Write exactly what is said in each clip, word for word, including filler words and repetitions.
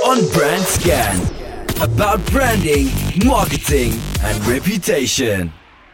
On Brand Scan. About branding, marketing and reputation.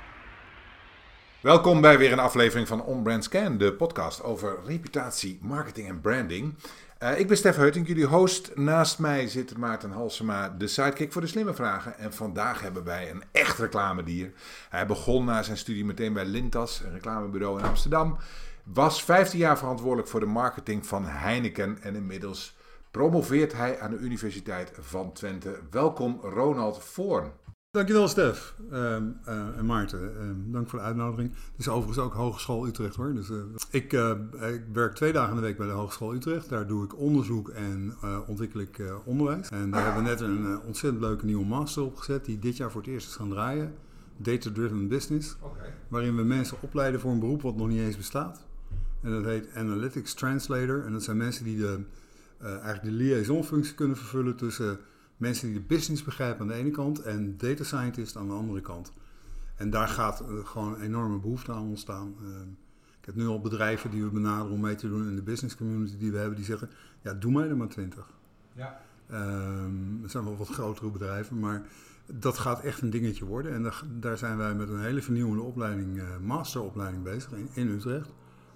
Welkom bij weer een aflevering van On Brand Scan, de podcast over reputatie, marketing en branding. Uh, ik ben Stef Heutink, jullie host. Naast mij zit Maarten Halsema, de sidekick voor de slimme vragen. En vandaag hebben wij een echt reclamedier. Hij begon na zijn studie meteen bij Lintas, een reclamebureau in Amsterdam. Was vijftien jaar verantwoordelijk voor de marketing van Heineken en inmiddels promoveert hij aan de Universiteit van Twente. Welkom Ronald Voorn. Dankjewel Stef uh, uh, en Maarten. Uh, dank voor de uitnodiging. Het is overigens ook Hogeschool Utrecht hoor. Dus, uh, ik, uh, ik werk twee dagen in de week bij de Hogeschool Utrecht. Daar doe ik onderzoek en uh, ontwikkel ik uh, onderwijs. En daar hebben we net een uh, ontzettend leuke nieuwe master opgezet die dit jaar voor het eerst is gaan draaien. Data Driven Business. Okay. Waarin we mensen opleiden voor een beroep wat nog niet eens bestaat. En dat heet Analytics Translator. En dat zijn mensen die de, uh, eigenlijk de liaisonfunctie kunnen vervullen tussen mensen die de business begrijpen aan de ene kant en data scientist aan de andere kant. En daar gaat uh, gewoon een enorme behoefte aan ontstaan. Uh, ik heb nu al bedrijven die we benaderen om mee te doen in de business community die we hebben, die zeggen, ja, doe mij er maar twintig. Ja. Um, dat zijn wel wat grotere bedrijven, maar dat gaat echt een dingetje worden. En daar, daar zijn wij met een hele vernieuwende opleiding, uh, masteropleiding bezig in, in Utrecht.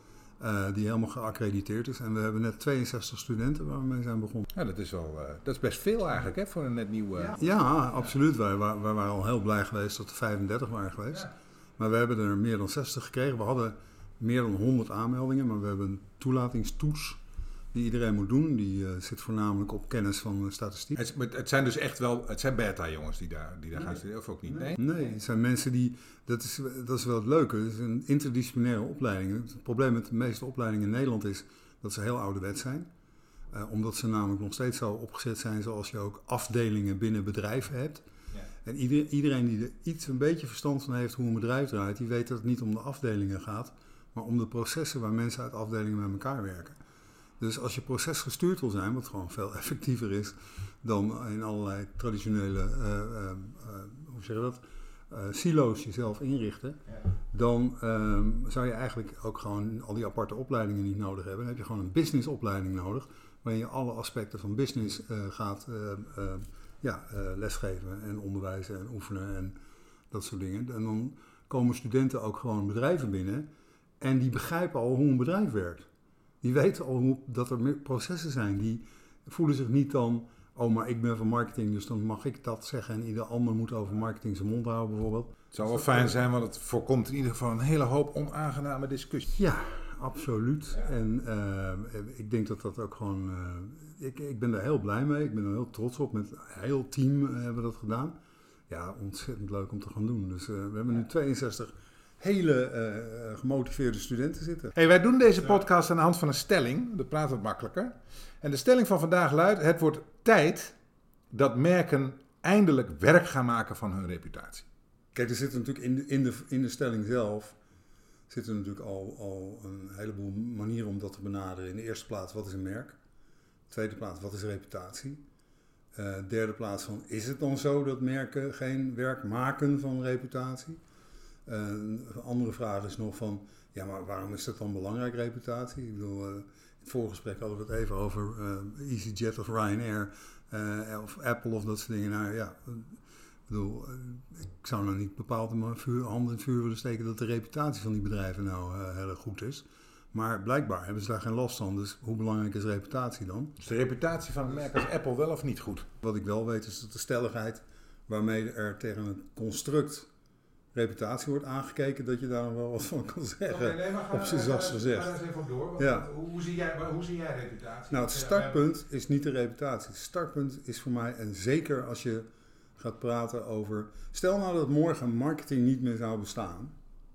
Uh, die helemaal geaccrediteerd is. En we hebben net tweeënzestig studenten waar we mee zijn begonnen. Ja, dat is, wel, uh, dat is best veel eigenlijk hè, voor een net nieuwe... Ja, ja absoluut. Wij, wij, wij waren al heel blij geweest dat er vijfendertig waren geweest. Ja. Maar we hebben er meer dan zestig gekregen. We hadden meer dan honderd aanmeldingen, maar we hebben een toelatingstoets die iedereen moet doen. Die uh, zit voornamelijk op kennis van uh, statistiek. Het, het zijn dus echt wel, het zijn beta-jongens die daar, die daar nee. gaan studeren, of ook niet? Nee, nee het zijn mensen die, dat is, dat is wel het leuke, het is een interdisciplinaire opleiding. Het probleem met de meeste opleidingen in Nederland is dat ze heel ouderwets zijn. Uh, omdat ze namelijk nog steeds zo opgezet zijn zoals je ook afdelingen binnen bedrijven hebt. Ja. En ieder, iedereen die er iets een beetje verstand van heeft hoe een bedrijf draait, die weet dat het niet om de afdelingen gaat, maar om de processen waar mensen uit afdelingen met elkaar werken. Dus als je procesgestuurd wil zijn, wat gewoon veel effectiever is dan in allerlei traditionele uh, uh, uh, hoe zeg je dat? Uh, silo's jezelf inrichten, ja. dan uh, zou je eigenlijk ook gewoon al die aparte opleidingen niet nodig hebben. Dan heb je gewoon een businessopleiding nodig, waarin je alle aspecten van business uh, gaat uh, uh, ja, uh, lesgeven en onderwijzen en oefenen en dat soort dingen. En dan komen studenten ook gewoon bedrijven binnen en die begrijpen al hoe een bedrijf werkt. Die weten al hoe, dat er processen zijn. Die voelen zich niet dan, oh maar ik ben van marketing, dus dan mag ik dat zeggen. En ieder ander moet over marketing zijn mond houden bijvoorbeeld. Het zou wel fijn zijn, want het voorkomt in ieder geval een hele hoop onaangename discussies. Ja, absoluut. Ja. En uh, ik denk dat dat ook gewoon, uh, ik, ik ben daar heel blij mee. Ik ben er heel trots op. Met een heel team uh, hebben we dat gedaan. Ja, ontzettend leuk om te gaan doen. Dus uh, we hebben nu tweeënzestig... hele uh, gemotiveerde studenten zitten. Hey, wij doen deze podcast aan de hand van een stelling. Dat praat wat makkelijker. En de stelling van vandaag luidt: het wordt tijd dat merken eindelijk werk gaan maken van hun reputatie. Kijk, er zit natuurlijk in de, in de, in de stelling zelf zitten natuurlijk al, al een heleboel manieren om dat te benaderen. In de eerste plaats, wat is een merk? Tweede plaats, wat is reputatie? Uh, derde plaats, van, is het dan zo dat merken geen werk maken van reputatie? Uh, een andere vraag is nog van, ja, maar waarom is dat dan belangrijk, reputatie? Ik bedoel, uh, in het voorgesprek hadden we het even over uh, EasyJet of Ryanair uh, of Apple of dat soort dingen. Nou ja, uh, ik bedoel, uh, ik zou nou niet bepaald mijn vuur, handen in het vuur willen steken dat de reputatie van die bedrijven nou uh, heel erg goed is. Maar blijkbaar hebben ze daar geen last van, dus hoe belangrijk is reputatie dan? Is de reputatie van een merk als Apple wel of niet goed? Wat ik wel weet is dat de stelligheid waarmee er tegen een construct reputatie wordt aangekeken, dat je daar nog wel wat van kan zeggen. Okay, nee, ga, op zijn zachtst gezegd. Ga eens even op door. Want ja. hoe, hoe, zie jij, hoe zie jij reputatie? Nou, het startpunt is niet de reputatie. Het startpunt is voor mij, en zeker als je gaat praten over, stel nou dat morgen marketing niet meer zou bestaan.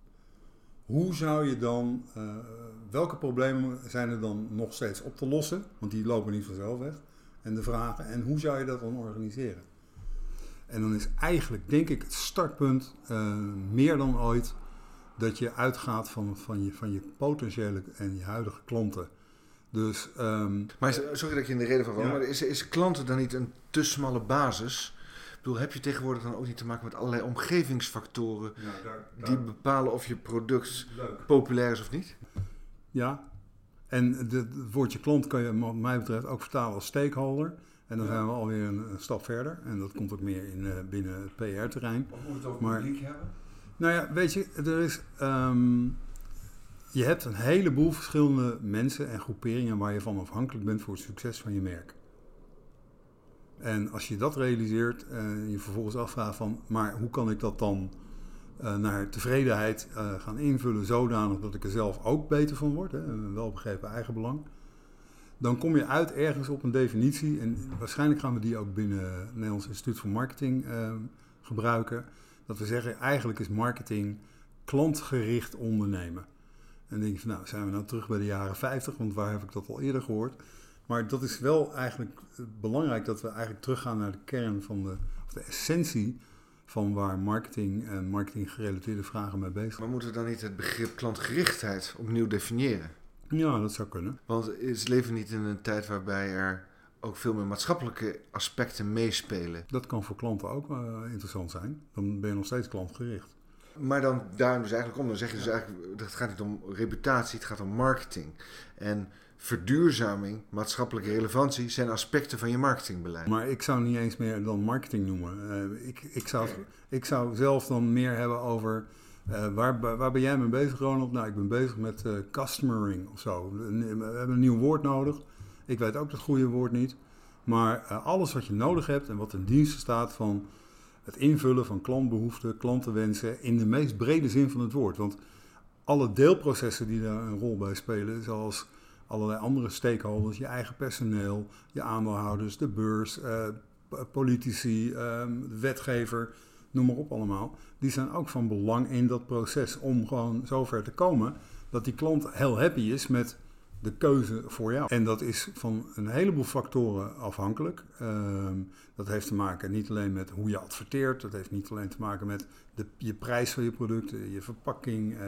Hoe zou je dan, uh, welke problemen zijn er dan nog steeds op te lossen? Want die lopen niet vanzelf weg. En de vragen, en hoe zou je dat dan organiseren? En dan is eigenlijk, denk ik, het startpunt uh, meer dan ooit dat je uitgaat van, van, je, van je potentiële en je huidige klanten. Dus, um, maar sorry dat je in de reden van kwam, ja. maar is, is klanten dan niet een te smalle basis? Ik bedoel, heb je tegenwoordig dan ook niet te maken met allerlei omgevingsfactoren ja, daar, daar, die bepalen of je product leuk. populair is of niet? Ja, en het woordje klant kan je wat mij betreft ook vertalen als stakeholder. En dan ja. zijn we alweer een, een stap verder. En dat komt ook meer in, uh, binnen het P R-terrein. Of moet het over maar, publiek hebben? Nou ja, weet je, er is... Um, je hebt een heleboel verschillende mensen en groeperingen waar je van afhankelijk bent voor het succes van je merk. En als je dat realiseert en uh, je vervolgens afvraagt van... maar hoe kan ik dat dan uh, naar tevredenheid uh, gaan invullen zodanig dat ik er zelf ook beter van word? Hè, een welbegrepen eigenbelang. Dan kom je uit ergens op een definitie. En waarschijnlijk gaan we die ook binnen het Nederlands Instituut voor Marketing uh, gebruiken. Dat we zeggen, eigenlijk is marketing klantgericht ondernemen. En dan denk je van, nou, zijn we nou terug bij de jaren vijftig? Want waar heb ik dat al eerder gehoord? Maar dat is wel eigenlijk belangrijk dat we eigenlijk teruggaan naar de kern van de, of de essentie van waar marketing en marketinggerelateerde vragen mee bezig zijn. Maar moeten we dan niet het begrip klantgerichtheid opnieuw definiëren? Ja, dat zou kunnen. Want is leven niet in een tijd waarbij er ook veel meer maatschappelijke aspecten meespelen? Dat kan voor klanten ook uh, interessant zijn. Dan ben je nog steeds klantgericht. Maar dan daar dus eigenlijk om, dan zeg je dus eigenlijk, het gaat niet om reputatie, het gaat om marketing. En verduurzaming, maatschappelijke relevantie zijn aspecten van je marketingbeleid. Maar ik zou niet eens meer dan marketing noemen. Uh, ik, ik, zou, ik zou zelf dan meer hebben over, uh, waar, waar ben jij mee bezig, Ronald? Nou, ik ben bezig met uh, customering of zo. We hebben een nieuw woord nodig. Ik weet ook dat goede woord niet. Maar uh, alles wat je nodig hebt en wat in dienst staat van het invullen van klantbehoeften, klantenwensen in de meest brede zin van het woord. Want alle deelprocessen die daar een rol bij spelen, zoals allerlei andere stakeholders, je eigen personeel, je aandeelhouders, de beurs, uh, politici, uh, de wetgever, noem maar op allemaal. Die zijn ook van belang in dat proces om gewoon zover te komen dat die klant heel happy is met de keuze voor jou. En dat is van een heleboel factoren afhankelijk. Uh, dat heeft te maken niet alleen met hoe je adverteert. Dat heeft niet alleen te maken met de, je prijs van je producten, je verpakking uh,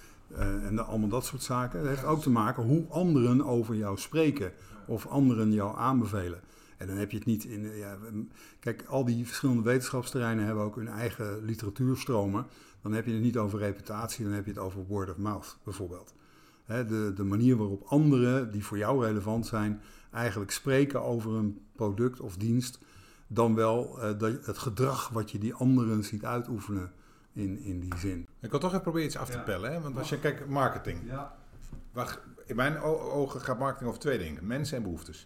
uh, en de, allemaal dat soort zaken. Het heeft ook te maken hoe anderen over jou spreken of anderen jou aanbevelen. En dan heb je het niet in... Ja, kijk, al die verschillende wetenschapsterreinen hebben ook hun eigen literatuurstromen. Dan heb je het niet over reputatie, dan heb je het over word of mouth bijvoorbeeld. He, de, de manier waarop anderen, die voor jou relevant zijn, eigenlijk spreken over een product of dienst, dan wel uh, dat, het gedrag wat je die anderen ziet uitoefenen in, in die zin. Ik wil toch even proberen iets af te ja. pellen. Hè? Want als je kijkt, marketing. Ja. Wacht, in mijn ogen gaat marketing over twee dingen. Mensen en behoeftes.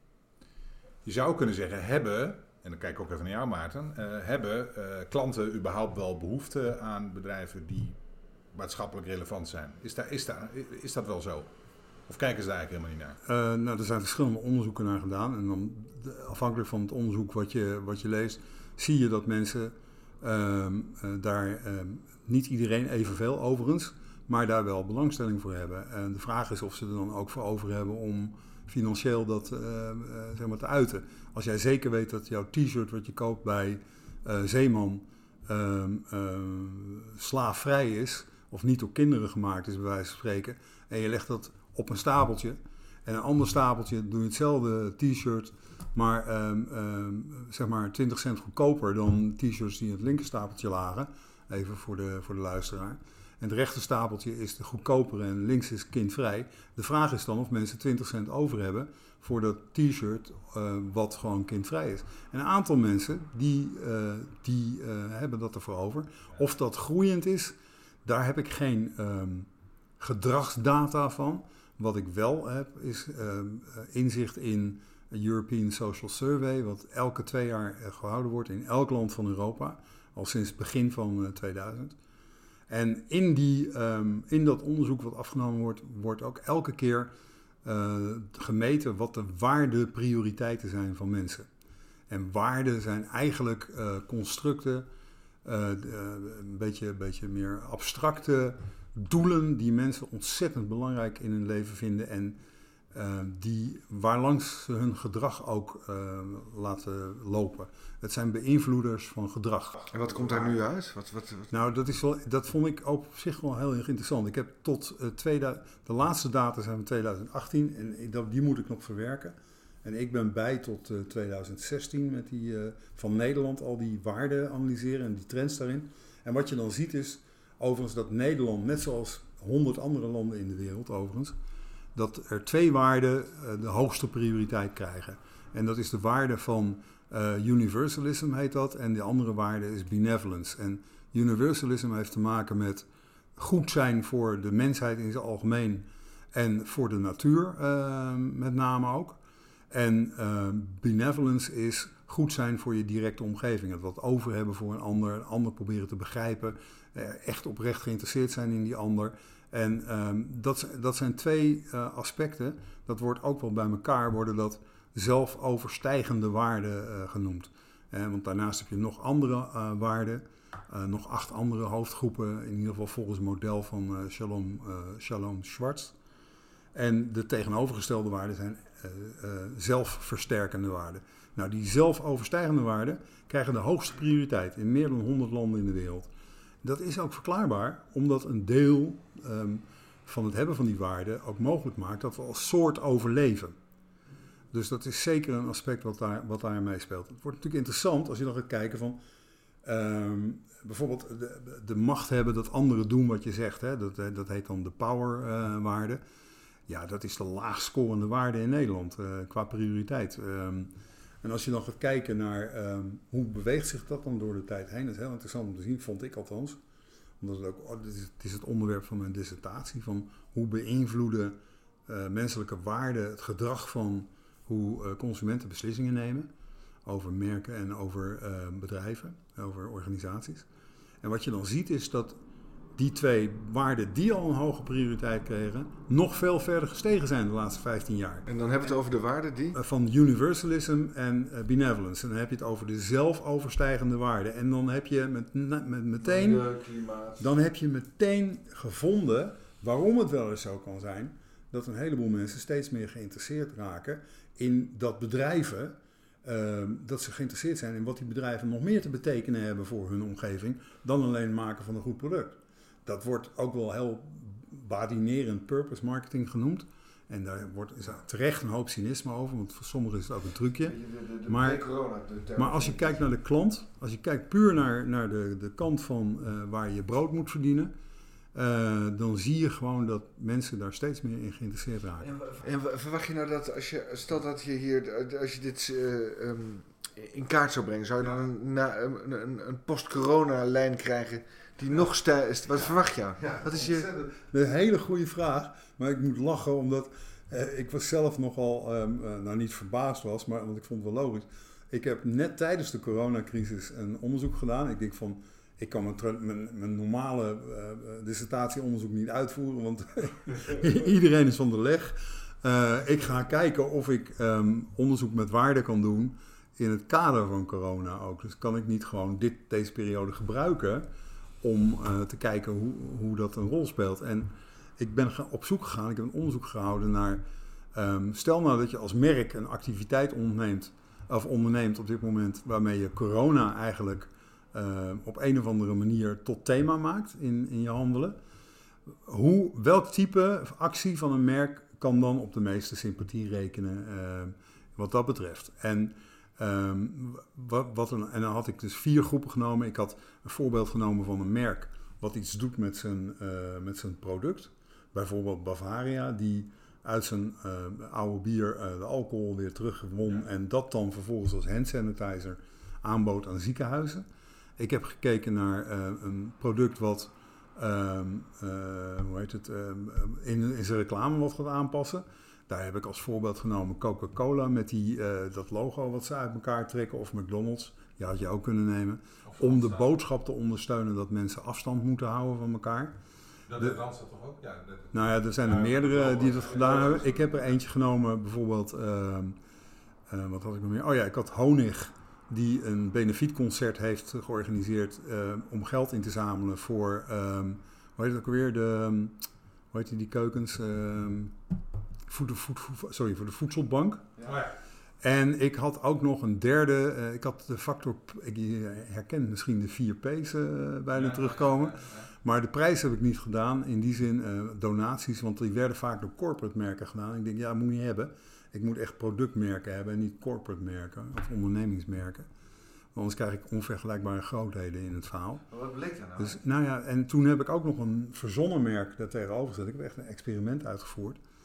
Je zou kunnen zeggen, hebben, en dan kijk ik ook even naar jou Maarten, uh, hebben uh, klanten überhaupt wel behoefte aan bedrijven die maatschappelijk relevant zijn? Is, daar, is, daar, is dat wel zo? Of kijken ze daar eigenlijk helemaal niet naar? Uh, nou, er zijn verschillende onderzoeken naar gedaan. En dan de, afhankelijk van het onderzoek wat je, wat je leest, zie je dat mensen uh, uh, daar, uh, niet iedereen evenveel overigens, maar daar wel belangstelling voor hebben. En de vraag is of ze er dan ook voor over hebben om financieel dat uh, uh, zeg maar te uiten. Als jij zeker weet dat jouw t-shirt wat je koopt bij uh, Zeeman uh, uh, slaafvrij is, of niet door kinderen gemaakt is, bij wijze van spreken, en je legt dat op een stapeltje, en een ander stapeltje doe je hetzelfde t-shirt, maar, um, um, zeg maar twintig cent goedkoper dan t-shirts die in het linker stapeltje lagen, even voor de, voor de luisteraar. En het rechter stapeltje is de goedkopere en links is kindvrij. De vraag is dan of mensen twintig cent over hebben voor dat t-shirt uh, wat gewoon kindvrij is. En een aantal mensen die, uh, die uh, hebben dat ervoor over. Of dat groeiend is, daar heb ik geen um, gedragsdata van. Wat ik wel heb is um, inzicht in een European Social Survey, wat elke twee jaar uh, gehouden wordt in elk land van Europa, al sinds het begin van uh, tweeduizend. En in, die, um, in dat onderzoek wat afgenomen wordt, wordt ook elke keer uh, gemeten wat de waardeprioriteiten zijn van mensen. En waarden zijn eigenlijk uh, constructen, uh, uh, een beetje, beetje meer abstracte doelen die mensen ontzettend belangrijk in hun leven vinden en uh, die waarlangs ze hun gedrag ook uh, laten lopen. Het zijn beïnvloeders van gedrag. En wat komt daar nu uit? Wat, wat, wat? Nou, dat, is wel, dat vond ik op zich wel heel erg interessant. Ik heb tot uh, tweeduizend, de laatste data zijn van tweeduizend achttien en dat, die moet ik nog verwerken. En ik ben bij tot uh, tweeduizend zestien met die uh, van Nederland al die waarden analyseren en die trends daarin. En wat je dan ziet is overigens dat Nederland, net zoals honderd andere landen in de wereld overigens, dat er twee waarden uh, de hoogste prioriteit krijgen. En dat is de waarde van uh, universalism, heet dat. En de andere waarde is benevolence. En universalism heeft te maken met goed zijn voor de mensheid in zijn algemeen en voor de natuur uh, met name ook. En uh, benevolence is goed zijn voor je directe omgeving. Het wat over hebben voor een ander, een ander proberen te begrijpen, uh, echt oprecht geïnteresseerd zijn in die ander. En uh, dat, dat zijn twee uh, aspecten, dat wordt ook wel bij elkaar, worden dat zelfoverstijgende waarden uh, genoemd. Uh, want daarnaast heb je nog andere uh, waarden. Uh, nog acht andere hoofdgroepen, in ieder geval volgens het model van uh, Shalom, uh, Shalom Schwartz. En de tegenovergestelde waarden zijn uh, uh, zelfversterkende waarden. Nou, die zelfoverstijgende waarden krijgen de hoogste prioriteit in meer dan honderd landen in de wereld. Dat is ook verklaarbaar, omdat een deel um, van het hebben van die waarden ook mogelijk maakt dat we als soort overleven. Dus dat is zeker een aspect wat daar, wat daar meespeelt. Het wordt natuurlijk interessant als je dan gaat kijken van Um, bijvoorbeeld de, de macht hebben dat anderen doen wat je zegt. Hè? Dat, dat heet dan de powerwaarde. Uh, ja, dat is de laagst scorende waarde in Nederland uh, qua prioriteit. Um, en als je dan gaat kijken naar um, hoe beweegt zich dat dan door de tijd heen. Dat is heel interessant om te zien, vond ik althans. Omdat het ook, oh, dit is, het is het onderwerp van mijn dissertatie. Van hoe beïnvloeden uh, menselijke waarden het gedrag van hoe uh, consumenten beslissingen nemen. Over merken en over uh, bedrijven, over organisaties. En wat je dan ziet is dat die twee waarden die al een hoge prioriteit kregen, nog veel verder gestegen zijn de laatste vijftien jaar. En dan hebben we het over de waarden die? Uh, van universalism en uh, benevolence. En dan heb je het over de zelfoverstijgende waarden. En dan heb je met, met meteen, Milieu, klimaat. dan heb je meteen gevonden waarom het wel eens zo kan zijn dat een heleboel mensen steeds meer geïnteresseerd raken in dat bedrijven. Uh, dat ze geïnteresseerd zijn in wat die bedrijven nog meer te betekenen hebben voor hun omgeving dan alleen het maken van een goed product. Dat wordt ook wel heel badinerend purpose marketing genoemd. En daar wordt, is terecht een hoop cynisme over, want voor sommigen is het ook een trucje. De, de, de maar, corona, de maar als je kijkt naar de klant, als je kijkt puur naar, naar de, de kant van uh, waar je brood moet verdienen, Uh, dan zie je gewoon dat mensen daar steeds meer in geïnteresseerd raken. En verwacht je nou dat als je, stel dat je hier, als je dit uh, um, in kaart zou brengen, zou je dan een, na, een, een, een post-corona lijn krijgen die ja. nog stijgt? Wat ja. verwacht je? Ja, Wat is je... Een hele goede vraag, maar ik moet lachen omdat uh, ik was zelf nogal, um, uh, nou niet verbaasd was, maar want ik vond het wel logisch. Ik heb net tijdens de coronacrisis een onderzoek gedaan. Ik denk van, ik kan mijn, mijn, mijn normale uh, dissertatieonderzoek niet uitvoeren, want iedereen is van de leg. Uh, ik ga kijken of ik um, onderzoek met waarde kan doen in het kader van corona ook. Dus kan ik niet gewoon dit, deze periode gebruiken om uh, te kijken hoe, hoe dat een rol speelt. En ik ben op zoek gegaan, ik heb een onderzoek gehouden naar, um, stel nou dat je als merk een activiteit onderneemt, of onderneemt op dit moment waarmee je corona eigenlijk Uh, op een of andere manier tot thema maakt in, in je handelen. Hoe, welk type actie van een merk kan dan op de meeste sympathie rekenen uh, wat dat betreft? En, um, wat, wat een, en dan had ik dus vier groepen genomen. Ik had een voorbeeld genomen van een merk wat iets doet met zijn, uh, met zijn product. Bijvoorbeeld Bavaria, die uit zijn uh, oude bier uh, de alcohol weer terugwon en dat dan vervolgens als hand sanitizer aanbood aan ziekenhuizen. Ik heb gekeken naar uh, een product wat um, uh, hoe heet het, um, in, in zijn reclame wat gaat aanpassen. Daar heb ik als voorbeeld genomen Coca-Cola met die, uh, dat logo wat ze uit elkaar trekken. Of McDonald's, die had je ook kunnen nemen. Om de boodschap te ondersteunen dat mensen afstand moeten houden van elkaar. Dat de Randstad toch ook? Ja, dat, nou ja, er zijn er uh, meerdere die dat gedaan hebben. Ik heb er eentje genomen, bijvoorbeeld, uh, uh, wat had ik nog meer? Oh ja, ik had Honig, die een benefietconcert heeft georganiseerd uh, om geld in te zamelen voor, um, hoe heet het ook alweer, de, um, hoe heet die, die keukens, um, voed, voed, voed, sorry, voor de voedselbank. Ja. Oh ja. En ik had ook nog een derde, uh, ik had de factor, ik herken misschien de vier P's uh, bijna ja, terugkomen, ja, ja, ja. Maar de prijs heb ik niet gedaan, in die zin uh, donaties, want die werden vaak door corporate merken gedaan. Ik denk, ja, moet niet hebben. Ik moet echt productmerken hebben en niet corporate merken of ondernemingsmerken. Want anders krijg ik onvergelijkbare grootheden in het verhaal. Maar wat bleek daar nou? Dus, nou ja, en toen heb ik ook nog een verzonnen merk daar tegenover gezet. Ik heb echt een experiment uitgevoerd.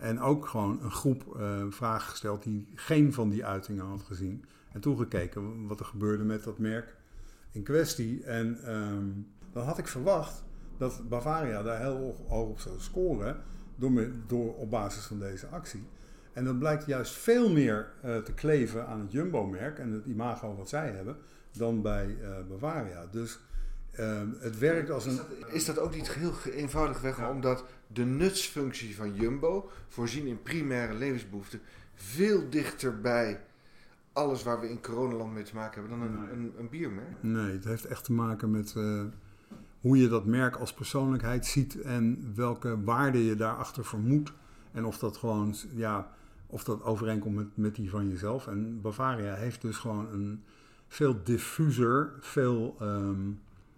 En ook gewoon een groep uh, vragen gesteld die geen van die uitingen had gezien. En toen gekeken wat er gebeurde met dat merk in kwestie. En um, dan had ik verwacht dat Bavaria daar heel hoog op zou scoren door, me, door op basis van deze actie. En dat blijkt juist veel meer uh, te kleven aan het Jumbo-merk en het imago wat zij hebben dan bij uh, Bavaria. Dus uh, het werkt als een... Is dat, is dat ook niet heel eenvoudigweg ja. omdat de nutsfunctie van Jumbo, voorzien in primaire levensbehoeften, veel dichter bij alles waar we in coronaland mee te maken hebben dan een, nee. een, een biermerk? Nee, het heeft echt te maken met uh, hoe je dat merk als persoonlijkheid ziet en welke waarde je daarachter vermoedt. En of dat gewoon, ja, of dat overeenkomt met, met die van jezelf. En Bavaria heeft dus gewoon een veel diffuser, veel, um,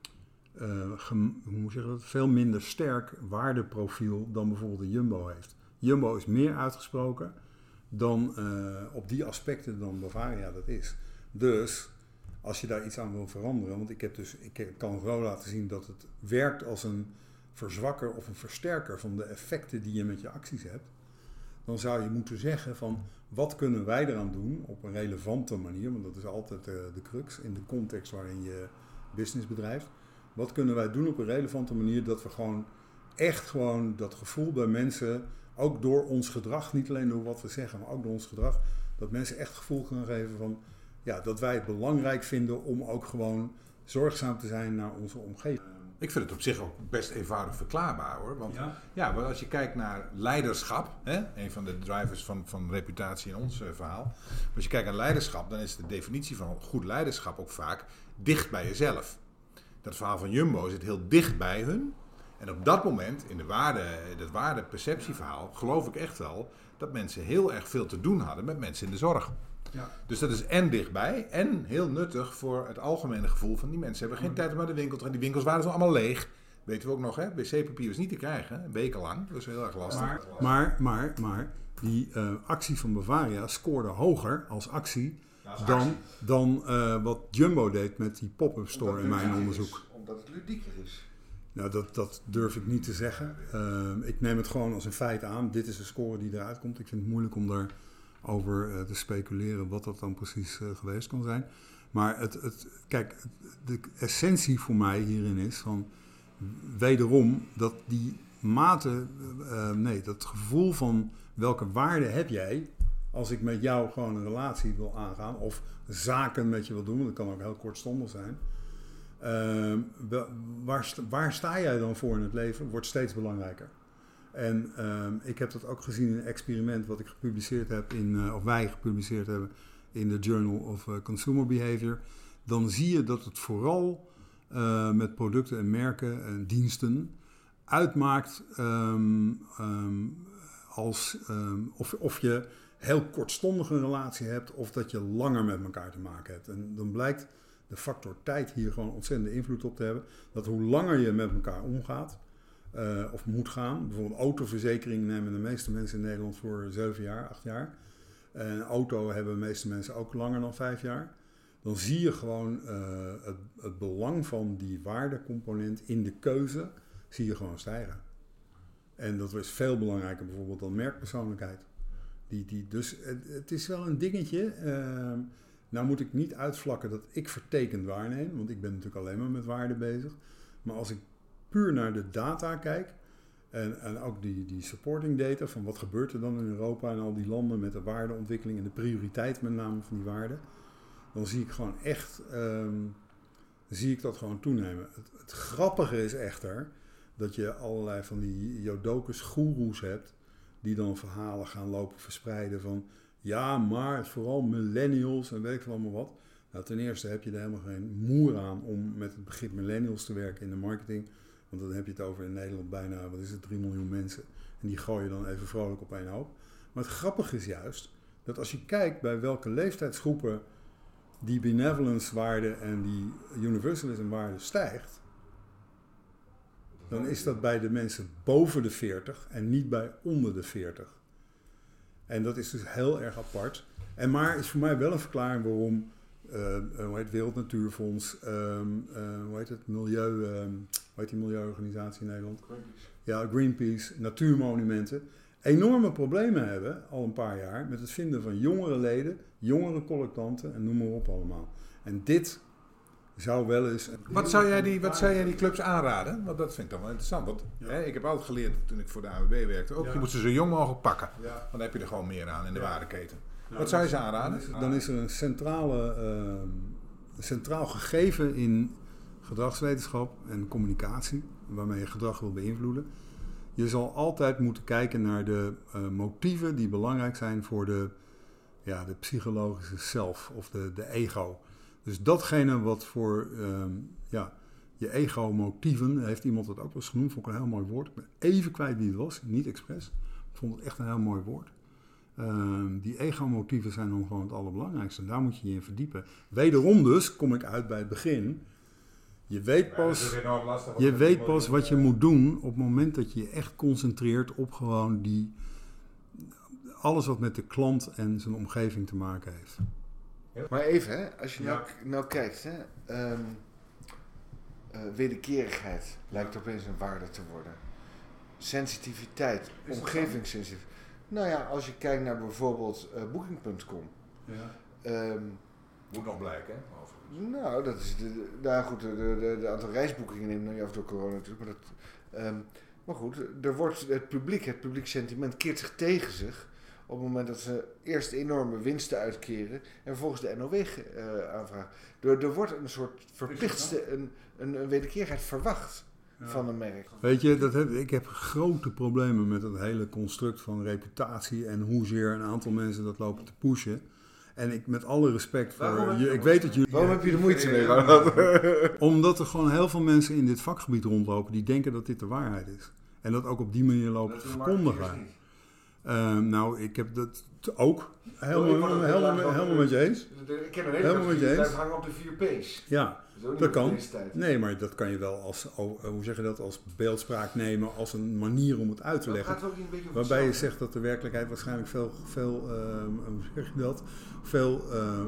uh, gem, hoe moet je dat? veel minder sterk waardeprofiel dan bijvoorbeeld de Jumbo heeft. Jumbo is meer uitgesproken dan uh, op die aspecten dan Bavaria dat is. Dus als je daar iets aan wil veranderen, want ik heb dus, ik kan zo laten zien dat het werkt als een verzwakker of een versterker van de effecten die je met je acties hebt, dan zou je moeten zeggen van wat kunnen wij eraan doen op een relevante manier, want dat is altijd uh, de crux in de context waarin je business bedrijft. Wat kunnen wij doen op een relevante manier dat we gewoon echt gewoon dat gevoel bij mensen, ook door ons gedrag, niet alleen door wat we zeggen, maar ook door ons gedrag, dat mensen echt het gevoel kunnen geven van ja, dat wij het belangrijk vinden om ook gewoon zorgzaam te zijn naar onze omgeving. Ik vind het op zich ook best eenvoudig verklaarbaar hoor. Want ja, ja maar als je kijkt naar leiderschap, hè, een van de drivers van, van reputatie in ons uh, verhaal. Maar als je kijkt naar leiderschap, dan is de definitie van goed leiderschap ook vaak dicht bij jezelf. Dat verhaal van Jumbo zit heel dicht bij hun. En op dat moment, in de waarde, dat waardeperceptieverhaal, geloof ik echt wel dat mensen heel erg veel te doen hadden met mensen in de zorg. Ja. Dus dat is en dichtbij en heel nuttig voor het algemene gevoel van die mensen hebben geen tijd om naar de winkel te gaan. Die winkels waren zo allemaal leeg. Weten we ook nog, hè? wc-papier was niet te krijgen, wekenlang. Dat is heel erg lastig. Maar, maar, maar, maar die uh, actie van Bavaria scoorde hoger als actie ja, als dan, actie. dan uh, wat Jumbo deed met die pop-up store in mijn onderzoek. Is, omdat het ludieker is. Nou, dat, dat durf ik niet te zeggen. Uh, ik neem het gewoon als een feit aan. Dit is de score die eruit komt. Ik vind het moeilijk om daar over uh, te speculeren wat dat dan precies uh, geweest kan zijn. Maar het, het, kijk, de essentie voor mij hierin is van wederom dat die mate, uh, nee, dat gevoel van welke waarde heb jij als ik met jou gewoon een relatie wil aangaan of zaken met je wil doen, want dat kan ook heel kortstondig zijn. Uh, waar, waar sta jij dan voor in het leven, wordt steeds belangrijker. En uh, ik heb dat ook gezien in een experiment wat ik gepubliceerd heb, in, uh, of wij gepubliceerd hebben in de Journal of uh, Consumer Behavior. Dan zie je dat het vooral uh, met producten en merken en diensten uitmaakt um, um, als, um, of, of je heel kortstondig een relatie hebt of dat je langer met elkaar te maken hebt. En dan blijkt de factor tijd hier gewoon ontzettende invloed op te hebben. Dat hoe langer je met elkaar omgaat, uh, of moet gaan. Bijvoorbeeld autoverzekering nemen de meeste mensen in Nederland voor zeven jaar, acht jaar. En een auto hebben de meeste mensen ook langer dan vijf jaar. Dan zie je gewoon uh, het, het belang van die waardecomponent in de keuze, zie je gewoon stijgen. En dat is veel belangrijker bijvoorbeeld dan merkpersoonlijkheid. Die, die, dus het, het is wel een dingetje. Uh, nou moet ik niet uitvlakken dat ik vertekend waarneem, want ik ben natuurlijk alleen maar met waarde bezig. Maar als ik puur naar de data kijk, en, en ook die, die supporting data, van wat gebeurt er dan in Europa en al die landen met de waardeontwikkeling en de prioriteit met name van die waarden, dan zie ik gewoon echt, um, zie ik dat gewoon toenemen. Het, het grappige is echter dat je allerlei van die jodokus goeroes hebt, die dan verhalen gaan lopen verspreiden van ja, maar vooral millennials en weet ik veel allemaal wat. Nou, ten eerste heb je er helemaal geen moer aan om met het begrip millennials te werken in de marketing. Want dan heb je het over in Nederland bijna, wat is het, drie miljoen mensen. En die gooi je dan even vrolijk op één hoop. Maar het grappige is juist dat als je kijkt bij welke leeftijdsgroepen die benevolence waarde en die universalism waarde stijgt, dan is dat bij de mensen boven de veertig en niet bij onder de veertig. En dat is dus heel erg apart. En maar is voor mij wel een verklaring waarom uh, hoe heet Wereld Natuurfonds, um, uh, hoe heet het milieu, um, hoe heet die milieuorganisatie in Nederland? Greenpeace. Ja, Greenpeace, natuurmonumenten enorme problemen hebben, al een paar jaar, met het vinden van jongere leden, jongere collectanten en noem maar op allemaal. En dit zou wel eens... Wat zou jij die, wat zou jij die clubs aanraden? Want dat vind ik dan wel interessant. Want Ja. hè, ik heb altijd geleerd toen ik voor de A W B werkte, ook Ja. je moet ze zo jong mogelijk pakken. Ja. Want dan heb je er gewoon meer aan in de Ja. waardeketen. Nou, Wat zou je ze aanraden? Dan is, dan is er een centrale, uh, centraal gegeven in gedragswetenschap en communicatie, waarmee je gedrag wil beïnvloeden. Je zal altijd moeten kijken naar de uh, motieven die belangrijk zijn voor de, ja, de psychologische zelf of de, de ego. Dus datgene wat voor um, ja, je ego-motieven, heeft iemand dat ook wel eens genoemd, vond ik een heel mooi woord. Ik ben even kwijt wie het was, niet expres. Ik vond het echt een heel mooi woord. Um, die ego-motieven zijn dan gewoon het allerbelangrijkste. Daar moet je je in verdiepen. Wederom dus, kom ik uit bij het begin. Je weet pas, je weet pas wat je moet doen op het moment dat je je echt concentreert op gewoon die, alles wat met de klant en zijn omgeving te maken heeft. Maar even, hè, als je Ja. nou, nou kijkt, hè, um, uh, wederkerigheid lijkt opeens een waarde te worden. Sensitiviteit, Is dat omgevingssensitiviteit. Nou ja, als je kijkt naar bijvoorbeeld uh, booking punt com. Ja. Um, Moet nog blijken, hè? Overigens. nou, dat is de, de, nou goed, de, de, de aantal reisboekingen neemt nu af door corona natuurlijk. Maar, dat, um, maar goed, er wordt het publiek, het publiek sentiment keert zich tegen zich. Op het moment dat ze eerst enorme winsten uitkeren en vervolgens de N O W uh, aanvragen. Er, er wordt een soort verplichtste, een, een, een wederkerigheid verwacht Ja. van een merk. Weet je, dat heb, ik heb grote problemen met het hele construct van reputatie en hoezeer een aantal mensen dat lopen te pushen. En ik met alle respect voor je, ik weet dat jullie... Waarom heb je er moeite mee? Omdat er gewoon heel veel mensen in dit vakgebied rondlopen die denken dat dit de waarheid is. En dat ook op die manier lopen te verkondigen. Uh, nou, ik heb dat ook helemaal, helemaal, helemaal met je eens. Ik ken een Helemaal hele met je die eens. blijft hangen op de vier P's. Ja, Dat, dat kan. Nee, maar dat kan je wel als, oh, hoe zeg je dat, als beeldspraak nemen, als een manier om het uit te leggen. Waarbij je zegt dat de werkelijkheid waarschijnlijk veel, veel uh, hoe zeg je dat, veel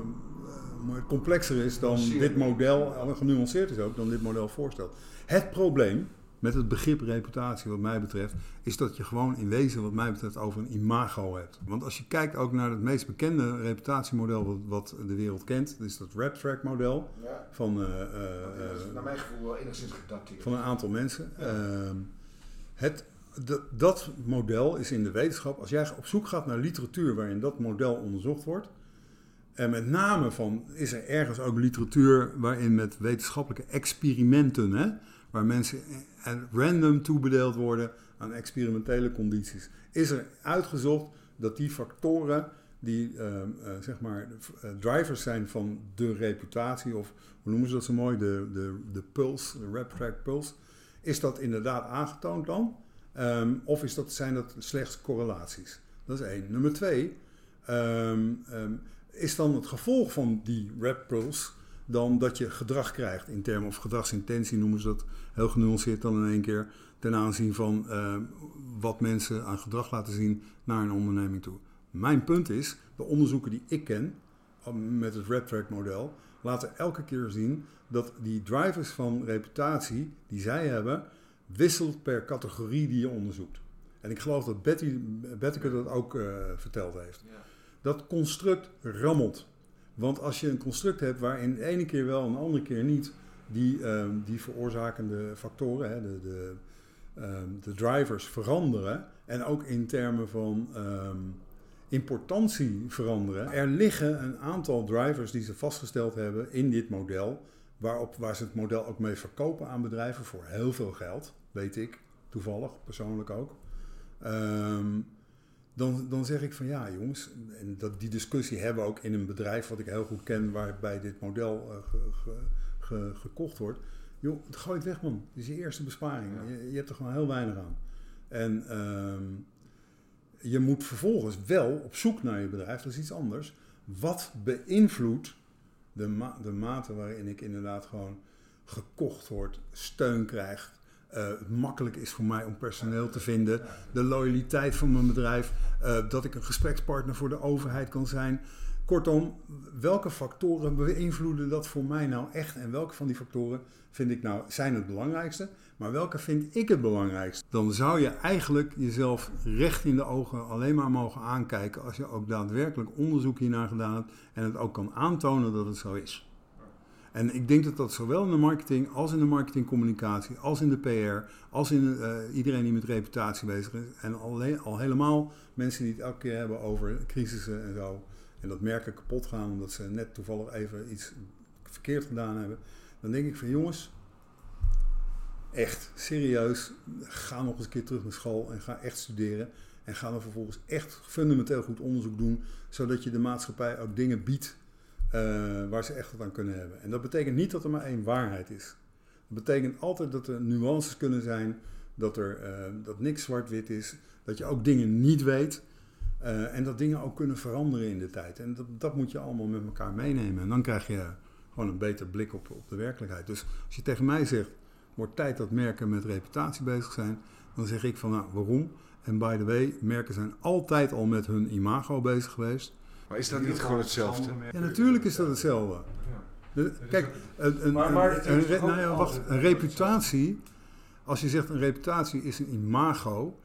uh, complexer is dan dit model, genuanceerd is ook, dan dit model voorstelt. Het probleem met het begrip reputatie wat mij betreft, is dat je gewoon in wezen wat mij betreft over een imago hebt. Want als je kijkt ook naar het meest bekende reputatiemodel wat, wat de wereld kent, dat is dat RepTrak model Ja. van, uh, uh, Dat is naar mijn gevoel wel enigszins gedateerd. van een aantal mensen. Ja. Uh, het, d- dat model is in de wetenschap, als jij op zoek gaat naar literatuur waarin dat model onderzocht wordt, en met name van, is er ergens ook literatuur waarin met wetenschappelijke experimenten, hè, waar mensen random toebedeeld worden aan experimentele condities, is er uitgezocht dat die factoren die uh, uh, zeg maar uh, drivers zijn van de reputatie, of hoe noemen ze dat zo mooi, de, de, de pulse, de RepTrak pulse, is dat inderdaad aangetoond dan? Um, of is dat, zijn dat slechts correlaties? Dat is één. Nummer twee, um, um, is dan het gevolg van die RepPulse dan dat je gedrag krijgt in termen, of gedragsintentie noemen ze dat heel genuanceerd dan in één keer, ten aanzien van uh, wat mensen aan gedrag laten zien naar een onderneming toe. Mijn punt is, de onderzoeken die ik ken met het RepTrak model laten elke keer zien dat die drivers van reputatie die zij hebben wisselt per categorie die je onderzoekt. En ik geloof dat Betty, Betteke dat ook uh, verteld heeft. Ja. Dat construct rammelt. Want als je een construct hebt waarin de ene keer wel en de andere keer niet die, um, die veroorzakende factoren, hè, de, de, um, de drivers veranderen en ook in termen van um, importantie veranderen. Er liggen een aantal drivers die ze vastgesteld hebben in dit model, waarop, waar ze het model ook mee verkopen aan bedrijven voor heel veel geld, weet ik toevallig, persoonlijk ook. Um, Dan, dan zeg ik van ja jongens, en dat, die discussie hebben we ook in een bedrijf wat ik heel goed ken, waarbij dit model uh, ge, ge, ge, gekocht wordt. Joh, gooi het weg man, dit is je eerste besparing. Ja. Je, je hebt er gewoon heel weinig aan. En um, je moet vervolgens wel op zoek naar je bedrijf, dat is iets anders. Wat beïnvloedt de, ma- de mate waarin ik inderdaad gewoon gekocht word, steun krijg, Uh, het makkelijk is voor mij om personeel te vinden, de loyaliteit van mijn bedrijf, uh, dat ik een gesprekspartner voor de overheid kan zijn. Kortom, welke factoren beïnvloeden dat voor mij nou echt? En welke van die factoren vind ik nou, zijn het belangrijkste? Maar welke vind ik het belangrijkste? Dan zou je eigenlijk jezelf recht in de ogen alleen maar mogen aankijken als je ook daadwerkelijk onderzoek hiernaar gedaan hebt en het ook kan aantonen dat het zo is. En ik denk dat dat zowel in de marketing als in de marketingcommunicatie, als in de P R, als in uh, iedereen die met reputatie bezig is. En alleen, al helemaal mensen die het elke keer hebben over crisissen en zo. En dat merken kapot gaan omdat ze net toevallig even iets verkeerd gedaan hebben. Dan denk ik van jongens, echt serieus, ga nog eens een keer terug naar school en ga echt studeren. En ga dan vervolgens echt fundamenteel goed onderzoek doen, zodat je de maatschappij ook dingen biedt uh, waar ze echt wat aan kunnen hebben. En dat betekent niet dat er maar één waarheid is. Dat betekent altijd dat er nuances kunnen zijn, dat, er, uh, dat niks zwart-wit is, dat je ook dingen niet weet. Uh, en dat dingen ook kunnen veranderen in de tijd. En dat, dat moet je allemaal met elkaar meenemen. En dan krijg je gewoon een beter blik op, op de werkelijkheid. Dus als je tegen mij zegt, wordt tijd dat merken met reputatie bezig zijn, dan zeg ik van, nou, waarom? En by the way, merken zijn altijd al met hun imago bezig geweest. Maar is dat niet gewoon hetzelfde? Ja, natuurlijk is dat hetzelfde. De, kijk, een, een, Maar- maar het een, is een, toch nou ja, ook wacht, altijd een reputatie, als je zegt een reputatie is een imago,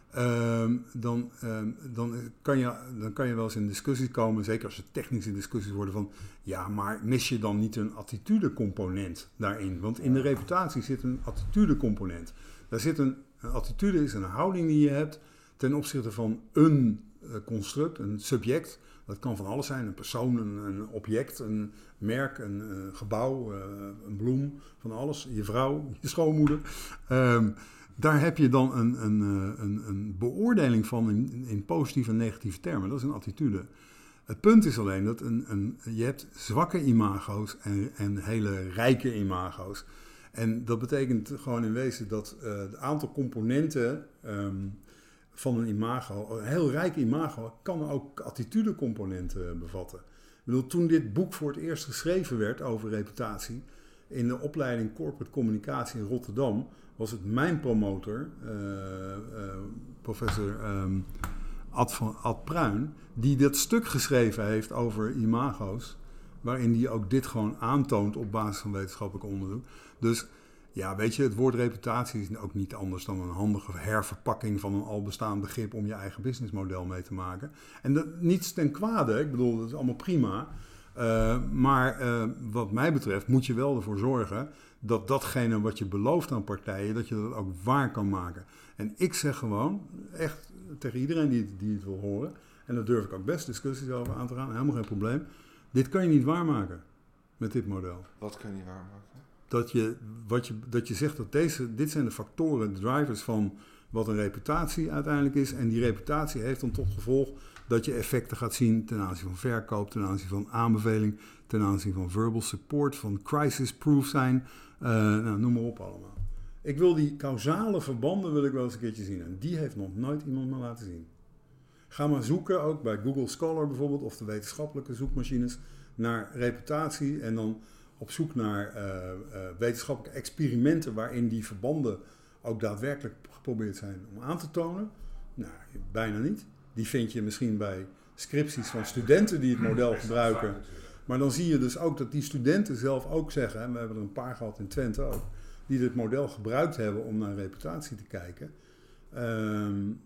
um, dan, um, dan, kan je, dan kan je wel eens in discussies komen, zeker als er technische discussies worden van, ja, maar mis je dan niet een attitudecomponent daarin? Want in de reputatie zit een attitudecomponent. Daar zit een, een attitude is een houding die je hebt ten opzichte van een uh, construct, een subject. Dat kan van alles zijn, een persoon, een, een object, een merk, een uh, gebouw, uh, een bloem, van alles. Je vrouw, je schoonmoeder. Um, daar heb je dan een, een, een, een beoordeling van in, in positieve en negatieve termen. Dat is een attitude. Het punt is alleen dat een, een, je hebt zwakke imago's en, en hele rijke imago's. En dat betekent gewoon in wezen dat uh, het aantal componenten um, van een imago, een heel rijk imago, kan ook attitudecomponenten bevatten. Ik bedoel, toen dit boek voor het eerst geschreven werd over reputatie, in de opleiding Corporate Communicatie in Rotterdam, was het mijn promotor, uh, uh, professor um, Ad, van, Ad Pruin, die dat stuk geschreven heeft over imago's, waarin die ook dit gewoon aantoont op basis van wetenschappelijk onderzoek. Dus ja, weet je, het woord reputatie is ook niet anders dan een handige herverpakking van een al bestaand begrip om je eigen businessmodel mee te maken. En dat, niets ten kwade, ik bedoel, dat is allemaal prima. Uh, maar uh, wat mij betreft moet je wel ervoor zorgen dat datgene wat je belooft aan partijen, dat je dat ook waar kan maken. En ik zeg gewoon, echt tegen iedereen die het, die het wil horen, en daar durf ik ook best discussies over aan te gaan, helemaal geen probleem. Dit kan je niet waarmaken met dit model. Wat kan je niet waarmaken? Dat je, wat je, dat je zegt dat deze, dit zijn de factoren, de drivers van wat een reputatie uiteindelijk is. En die reputatie heeft dan tot gevolg dat je effecten gaat zien ten aanzien van verkoop, ten aanzien van aanbeveling, ten aanzien van verbal support, van crisis-proof zijn. Uh, nou, noem maar op allemaal. Ik wil die causale verbanden wil ik wel eens een keertje zien. En die heeft nog nooit iemand me laten zien. Ga maar zoeken, ook bij Google Scholar bijvoorbeeld, of de wetenschappelijke zoekmachines, naar reputatie en dan op zoek naar uh, uh, wetenschappelijke experimenten waarin die verbanden ook daadwerkelijk geprobeerd zijn om aan te tonen. Nou, bijna niet. Die vind je misschien bij scripties van studenten die het model gebruiken. Maar dan zie je dus ook dat die studenten zelf ook zeggen, en we hebben er een paar gehad in Twente ook, die dit model gebruikt hebben om naar reputatie te kijken. Um,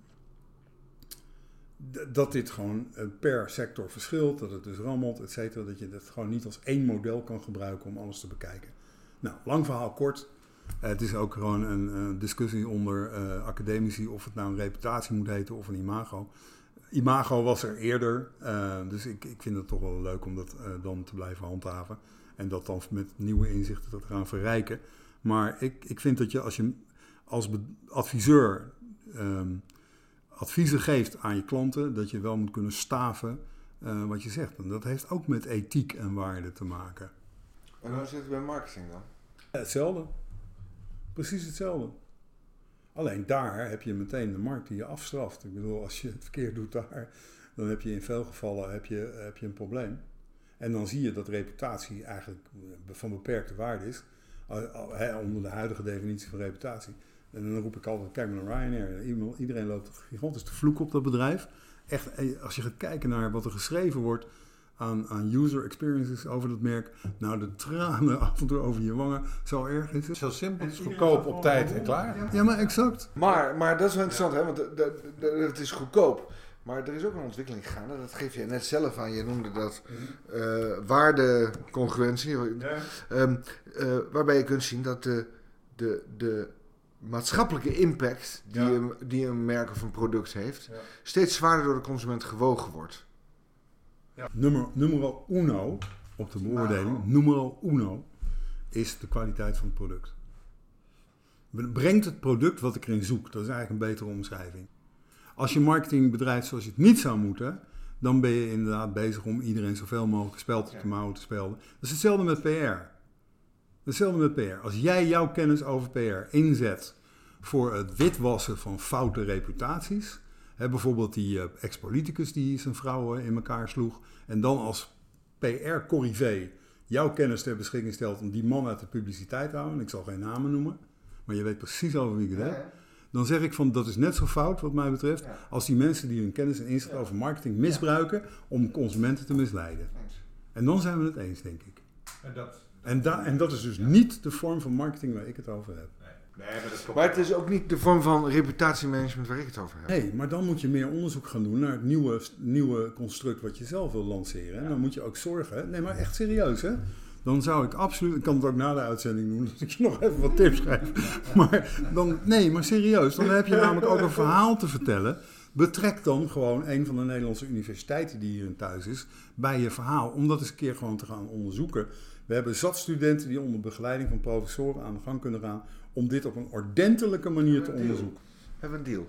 d- dat dit gewoon per sector verschilt, dat het dus rammelt, et cetera. Dat je het gewoon niet als één model kan gebruiken om alles te bekijken. Nou, lang verhaal kort. Uh, het is ook gewoon een uh, discussie onder uh, academici of het nou een reputatie moet heten of een imago. Imago was er eerder, uh, dus ik, ik vind het toch wel leuk om dat uh, dan te blijven handhaven. En dat dan met nieuwe inzichten te gaan verrijken. Maar ik, ik vind dat je als je als adviseur um, adviezen geeft aan je klanten, dat je wel moet kunnen staven uh, wat je zegt. En dat heeft ook met ethiek en waarde te maken. En hoe zit het bij marketing dan? Hetzelfde. Precies hetzelfde. Alleen daar heb je meteen de markt die je afstraft. Ik bedoel, als je het verkeerd doet daar, dan heb je in veel gevallen heb je, heb je een probleem. En dan zie je dat reputatie eigenlijk van beperkte waarde is, onder de huidige definitie van reputatie. En dan roep ik altijd, kijk maar naar Ryanair. Iedereen loopt gigantisch te vloeken op dat bedrijf. Echt, als je gaat kijken naar wat er geschreven wordt aan, aan user experiences over dat merk. Nou, de tranen af en toe over je wangen. Zo erg is het. Het is heel simpel, het is goedkoop, op tijd en klaar. Ja, maar exact. Maar, maar dat is wel interessant, hè? Want de, de, de, het is goedkoop. Maar er is ook een ontwikkeling gaande. Dat geef je net zelf aan. Je noemde dat uh, waardecongruentie. Ja. Um, uh, waarbij je kunt zien dat de, de, de maatschappelijke impact die, ja. een, die een merk of een product heeft, ja. steeds zwaarder door de consument gewogen wordt. Ja. Nummer, numero uno op de beoordeling, nou. numero uno, is de kwaliteit van het product. Brengt het product wat ik erin zoek. Dat is eigenlijk een betere omschrijving. Als je marketing bedrijft zoals je het niet zou moeten, dan ben je inderdaad bezig om iedereen zoveel mogelijk spel te mouwen te spelen. Dat is hetzelfde met P R. Hetzelfde met P R. Als jij jouw kennis over P R inzet voor het witwassen van foute reputaties, hè, bijvoorbeeld die uh, ex-politicus die zijn vrouw uh, in elkaar sloeg, en dan als P R-corrivé jouw kennis ter beschikking stelt om die man uit de publiciteit te houden, ik zal geen namen noemen, maar je weet precies over wie ik het heb, dan zeg ik van dat is net zo fout wat mij betreft ja. als die mensen die hun kennis en inzicht ja. over marketing misbruiken ja. om consumenten te misleiden. Eens. En dan zijn we het eens, denk ik. En dat, en da- en dat is dus ja. niet de vorm van marketing waar ik het over heb. Nee. Nee, maar, dat maar het is ook niet de vorm van reputatiemanagement waar ik het over heb. Nee, maar dan moet je meer onderzoek gaan doen naar het nieuwe, nieuwe construct wat je zelf wil lanceren. En ja. dan moet je ook zorgen, nee maar echt serieus hè. Dan zou ik absoluut, ik kan het ook na de uitzending doen, dat ik je nog even wat tips geef. Maar dan, nee, maar serieus, dan heb je namelijk ook een verhaal te vertellen. Betrek dan gewoon een van de Nederlandse universiteiten die hier in thuis is, bij je verhaal. Om dat eens een keer gewoon te gaan onderzoeken. We hebben zat studenten die onder begeleiding van professoren aan de gang kunnen gaan, om dit op een ordentelijke manier te onderzoeken. Hebben we een deal?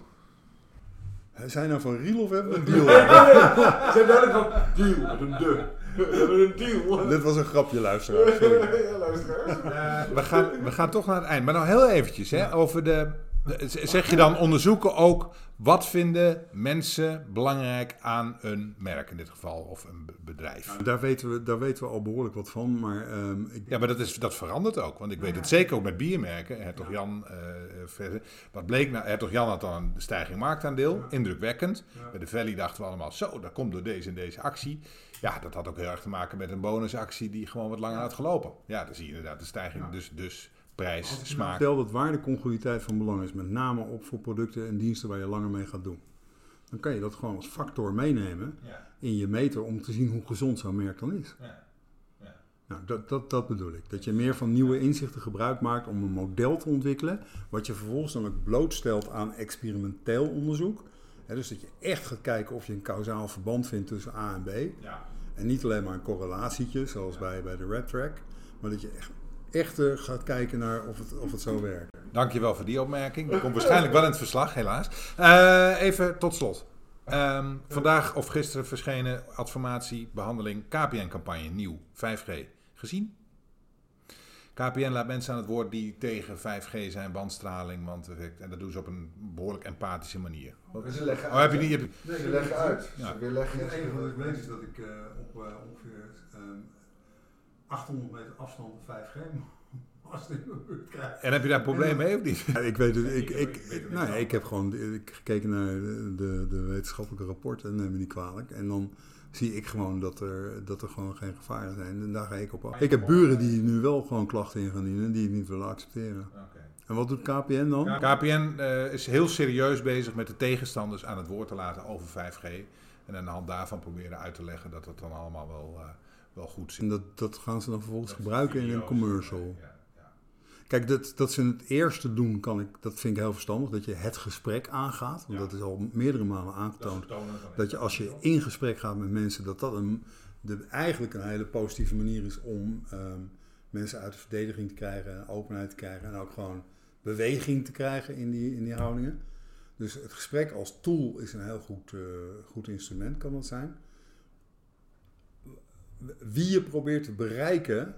Zijn nou van Riel of hebben we een deal? Zijn duidelijk van deal met een de. We hebben een deal. Dit was een grapje, luisteraars. Sorry. Ja, luisteraars. Uh, we, gaan, we gaan toch naar het eind. Maar nou heel eventjes, hè, over de, de... Zeg je dan onderzoeken ook, wat vinden mensen belangrijk aan een merk in dit geval, of een bedrijf? Nou, daar, weten we, daar weten we al behoorlijk wat van, maar... Um, ik... Ja, maar dat, is, dat verandert ook, want ik weet het zeker ook met biermerken. Hertog Jan, uh, wat bleek nou, Hertog Jan had dan een stijging marktaandeel, ja. indrukwekkend. Ja. Bij de Valley dachten we allemaal, zo, dat komt door deze en deze actie. Ja, dat had ook heel erg te maken met een bonusactie die gewoon wat langer had gelopen. Ja, dan zie je inderdaad de stijging, ja. dus, dus prijs, Als smaak. Stel dat waardecongruïteit van belang is, met name op voor producten en diensten waar je langer mee gaat doen. Dan kan je dat gewoon als factor meenemen ja. in je meter om te zien hoe gezond zo'n merk dan is. Ja. Ja. Nou, dat, dat, dat bedoel ik. Dat je meer van nieuwe inzichten gebruik maakt om een model te ontwikkelen, wat je vervolgens dan ook blootstelt aan experimenteel onderzoek. He, dus dat je echt gaat kijken of je een kausaal verband vindt tussen A en B. Ja. En niet alleen maar een correlatietje, zoals ja. bij, bij de Red Track, maar dat je echt, echt uh, gaat kijken naar of het, of het zo werkt. Dankjewel voor die opmerking. Dat komt waarschijnlijk wel in het verslag, helaas. Uh, even tot slot. Um, vandaag of gisteren verschenen adformatie, behandeling, K P N-campagne, nieuw, vijf G. Gezien? K P N laat mensen aan het woord die tegen vijf G zijn, bandstraling, wandeffect. En dat doen ze op een behoorlijk empathische manier. Wat? Ze leggen uit. Oh, heb je niet, heb je... Nee, ze leggen uit. Ja. Ze leggen het enige wat ik weet is dat ik uh, op uh, ongeveer um, achthonderd meter afstand vijf G als in de buurt krijg. En heb je daar een probleem mee of niet? Ja, ik weet het. Ik, ik, ik, nou ja, ik heb gewoon ik gekeken naar de, de, de wetenschappelijke rapporten, neem me niet kwalijk. En dan zie ik gewoon dat er, dat er gewoon geen gevaren zijn. En daar ga ik op af. Ik heb buren die nu wel gewoon klachten in gaan dienen en die het niet willen accepteren. Okay. En wat doet K P N dan? K P N uh, is heel serieus bezig met de tegenstanders aan het woord te laten over vijf G. En aan de hand daarvan proberen uit te leggen dat het dan allemaal wel, uh, wel goed zit. En dat, dat gaan ze dan vervolgens dat gebruiken in een commercial. Ja, ja. Kijk, dat, dat ze het eerste doen, kan ik, dat vind ik heel verstandig. Dat je het gesprek aangaat. Want ja. dat is al meerdere malen aangetoond. Dat, dat je als je in gesprek gaat met mensen, dat dat een, de, eigenlijk een hele positieve manier is om um, mensen uit de verdediging te krijgen, openheid te krijgen en ook gewoon beweging te krijgen in die, in die houdingen. Dus het gesprek als tool is een heel goed, uh, goed instrument, kan dat zijn. Wie je probeert te bereiken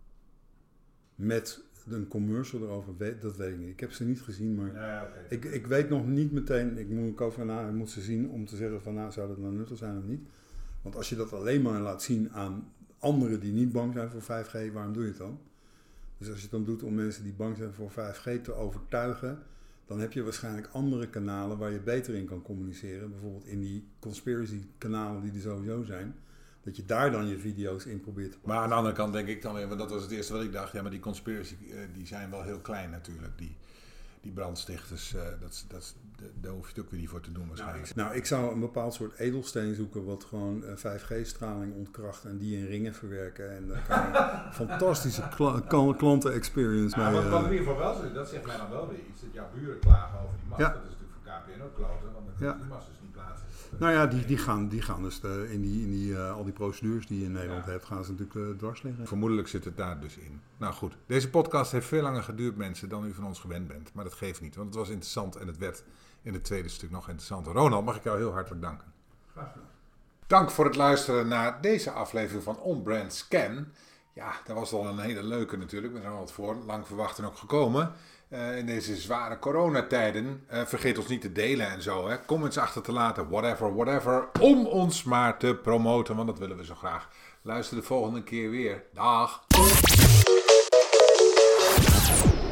met een commercial erover, weet, dat weet ik niet. Ik heb ze niet gezien, maar ja, okay. ik, ik weet nog niet meteen, ik moet ook van na, ik moet ze zien om te zeggen van nou, zou dat nou nuttig zijn of niet. Want als je dat alleen maar laat zien aan anderen die niet bang zijn voor vijf G, waarom doe je het dan? Dus als je het dan doet om mensen die bang zijn voor vijf G te overtuigen, dan heb je waarschijnlijk andere kanalen waar je beter in kan communiceren. Bijvoorbeeld in die conspiracy kanalen die er sowieso zijn. dat je daar dan je video's in probeert te plaatsen. Maar aan de andere kant denk ik dan weer, want dat was het eerste wat ik dacht, ja, maar die conspiracy, uh, die zijn wel heel klein natuurlijk, die, die brandstichters, uh, dat, dat, daar hoef je het ook weer niet voor te doen waarschijnlijk. Nou, ik zou een bepaald soort edelsteen zoeken wat gewoon uh, vijf G-straling ontkracht en die in ringen verwerken. En daar kan je een fantastische kla- klanten-experience nou, mee. Wat, wat in ieder geval wel zo, dat zegt mij dan wel weer iets, dat jouw buren klagen over die mast. Ja. Dat is natuurlijk voor K P N ook kloten, want dan kunnen ja. die mast dus niet plaatsen. Nou ja, die, die, gaan, die gaan dus de, in, die, in die, uh, al die procedures die je in Nederland ja. hebt, gaan ze natuurlijk uh, dwars liggen. Vermoedelijk zit het daar dus in. Nou goed, deze podcast heeft veel langer geduurd, mensen, dan u van ons gewend bent. Maar dat geeft niet, want het was interessant en het werd in het tweede stuk nog interessanter. Ronald, mag ik jou heel hartelijk danken. Graag gedaan. Dank voor het luisteren naar deze aflevering van On Brand Scan. Ja, dat was al een hele leuke natuurlijk. We zijn al voor lang verwacht en ook gekomen. Uh, in deze zware coronatijden. Uh, vergeet ons niet te delen en zo. Hè. Comments achter te laten, whatever, whatever. Om ons maar te promoten, want dat willen we zo graag. Luister de volgende keer weer. Dag.